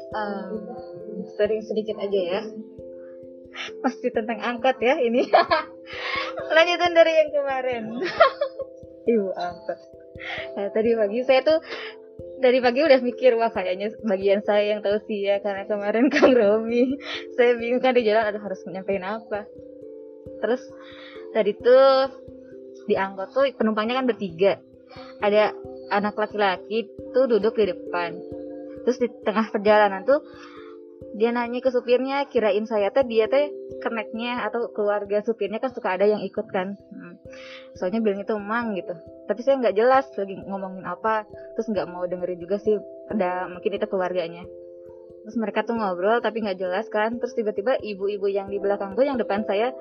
Sering sedikit aja ya. Pasti tentang angkot ya ini. Lanjutan dari yang kemarin. Ibu angkot. Nah, tadi pagi saya tuh dari pagi udah mikir, wah kayaknya bagian saya yang tahu sih ya, karena kemarin Kang Romi saya bingung kan di jalan, aduh harus nyampein apa. Terus tadi tuh di angkot tuh penumpangnya kan bertiga, ada anak laki-laki tuh duduk di depan. Terus di tengah perjalanan tuh dia nanya ke supirnya, kirain saya teh dia teh keneknya atau keluarga supirnya, kan suka ada yang ikut kan. Soalnya bilang itu emang gitu, tapi saya nggak jelas lagi ngomongin apa, terus nggak mau dengerin juga sih, ada mungkin itu keluarganya. Terus mereka tuh ngobrol tapi nggak jelas kan. Terus tiba-tiba ibu-ibu yang di belakang tuh, yang depan saya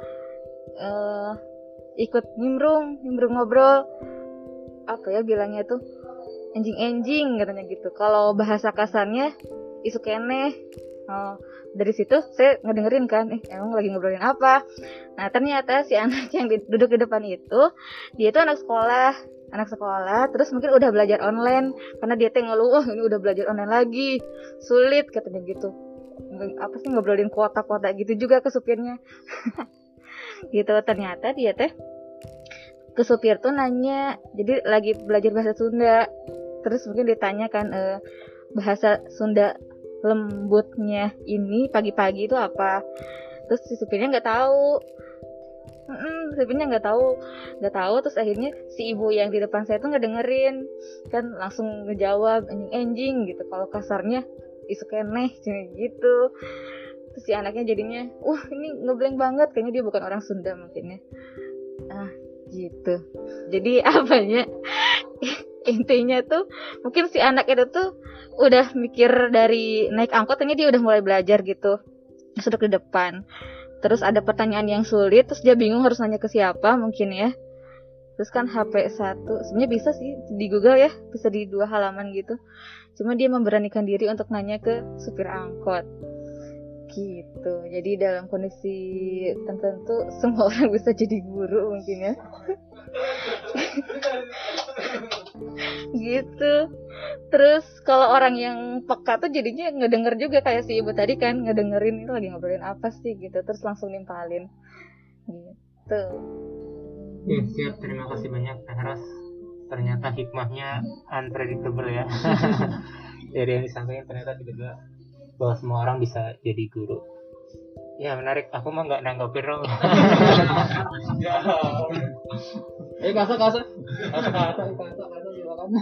ikut nimbrung ngobrol, apa ya bilangnya tuh, enjing katanya gitu, kalau bahasa kasarnya isu keneh. Dari situ saya ngedengerin kan, emang lagi ngobrolin apa. Nah ternyata si anak yang duduk di depan itu, dia itu anak sekolah, terus mungkin udah belajar online, karena dia teh ngeluh, ini udah belajar online lagi, sulit katanya gitu. Apa sih, ngobrolin kuota gitu juga ke supirnya. Gitu. Ternyata dia teh ke supir tuh nanya, jadi lagi belajar bahasa Sunda, terus mungkin ditanya kan, bahasa Sunda lembutnya ini pagi-pagi itu apa. Terus si supirnya nggak tahu. Supirnya nggak tahu. Terus akhirnya si ibu yang di depan saya tuh nggak dengerin kan, langsung ngejawab enjing gitu, kalau kasarnya isu keneh gitu. Terus si anaknya jadinya ini ngeblank banget, kayaknya dia bukan orang Sunda mungkin ya. Gitu. Jadi apanya, intinya tuh mungkin si anak itu tuh udah mikir dari naik angkot, ini dia udah mulai belajar gitu, duduk di depan. Terus ada pertanyaan yang sulit, terus dia bingung harus nanya ke siapa mungkin ya. Terus kan HP 1, sebenarnya bisa sih di Google ya, bisa di 2 halaman gitu. Cuma dia memberanikan diri untuk nanya ke supir angkot. Gitu. Jadi dalam kondisi tertentu semua orang bisa jadi guru mungkin ya. Gitu. Terus kalau orang yang peka tuh jadinya ngedenger juga, kayak si ibu tadi kan, ngedengerin itu lagi ngobrolin apa sih gitu, terus langsung nimpalin gitu. Ya siap, terima kasih banyak Teh Ros. Ternyata hikmahnya unpredictable ya. Dari yang disampaikan ternyata juga bahwa semua orang bisa jadi guru. Ya menarik, aku mah nggak nanggapin dong. Kasa silakan.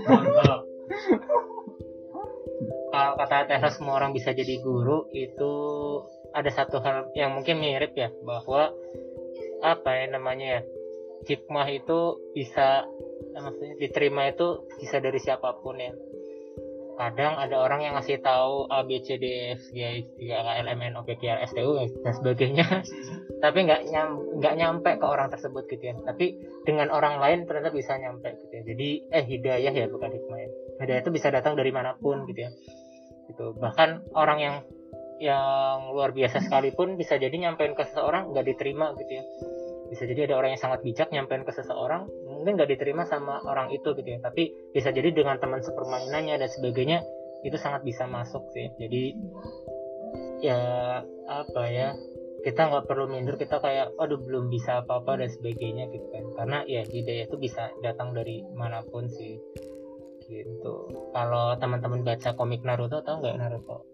Kalau kata Teh Ros semua orang bisa jadi guru, itu ada satu hal yang mungkin mirip ya, bahwa apa ya namanya ya, hikmah itu bisa maksudnya diterima itu bisa dari siapapun ya. Kadang ada orang yang ngasih tahu A B C D F G H I J K L M N O P Q R S T U dan sebagainya, tapi nggak nyampe ke orang tersebut gitu ya. Tapi dengan orang lain ternyata bisa nyampe gitu ya. Jadi hidayah ya, bukan hikmah ya. Hidayah itu bisa datang dari manapun gitu ya. Gitu. Bahkan orang yang luar biasa sekalipun bisa jadi nyampein ke seseorang nggak diterima gitu ya. Bisa jadi ada orang yang sangat bijak nyampein ke seseorang, mungkin nggak diterima sama orang itu gitu ya, tapi bisa jadi dengan teman sepermainannya dan sebagainya itu sangat bisa masuk sih. Jadi ya apa ya, kita nggak perlu minder, kita kayak aduh belum bisa apa-apa dan sebagainya gitu kan, karena ya hidayah itu bisa datang dari manapun sih gitu. Kalau teman-teman baca komik Naruto, tahu nggak Naruto?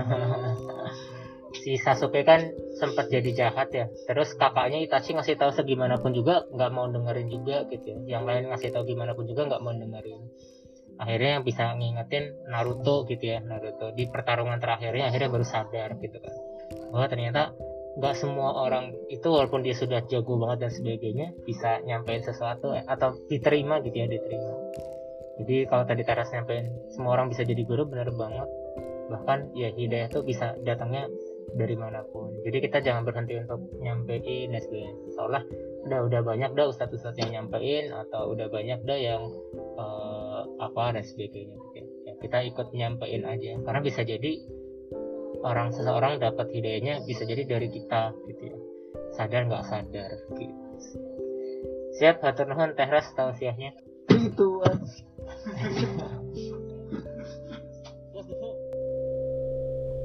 Si Sasuke kan sempat jadi jahat ya, terus kakaknya Itachi ngasih tahu segimanapun juga nggak mau dengerin juga gitu ya. Yang lain ngasih tahu gimana pun juga nggak mau dengerin. Akhirnya yang bisa ngingetin Naruto gitu ya, Naruto di pertarungan terakhirnya akhirnya baru sadar gitu kan, bahwa ternyata nggak semua orang itu walaupun dia sudah jago banget dan sebagainya bisa nyampein sesuatu atau diterima gitu ya, diterima. Jadi kalau tadi Teras nyampein semua orang bisa jadi guru, benar banget. Bahkan ya hidayah itu bisa datangnya dari manapun. Jadi kita jangan berhenti untuk nyampein dan sebagainya. Seolah udah banyak dah ustadz yang nyampein, atau udah banyak dah yang apa dan sebagainya. Ya, kita ikut nyampein aja, karena bisa jadi seseorang dapat hidayahnya bisa jadi dari kita gitu ya, sadar nggak sadar gitu. Siap, hatur nuhun Teh Ros tausiahnya. Itu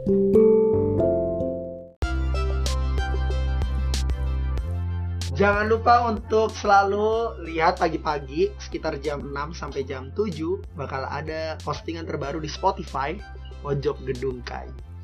Jangan lupa untuk selalu lihat pagi-pagi sekitar jam 6 sampai jam 7 bakal ada postingan terbaru di Spotify Pojok Gedung Kai.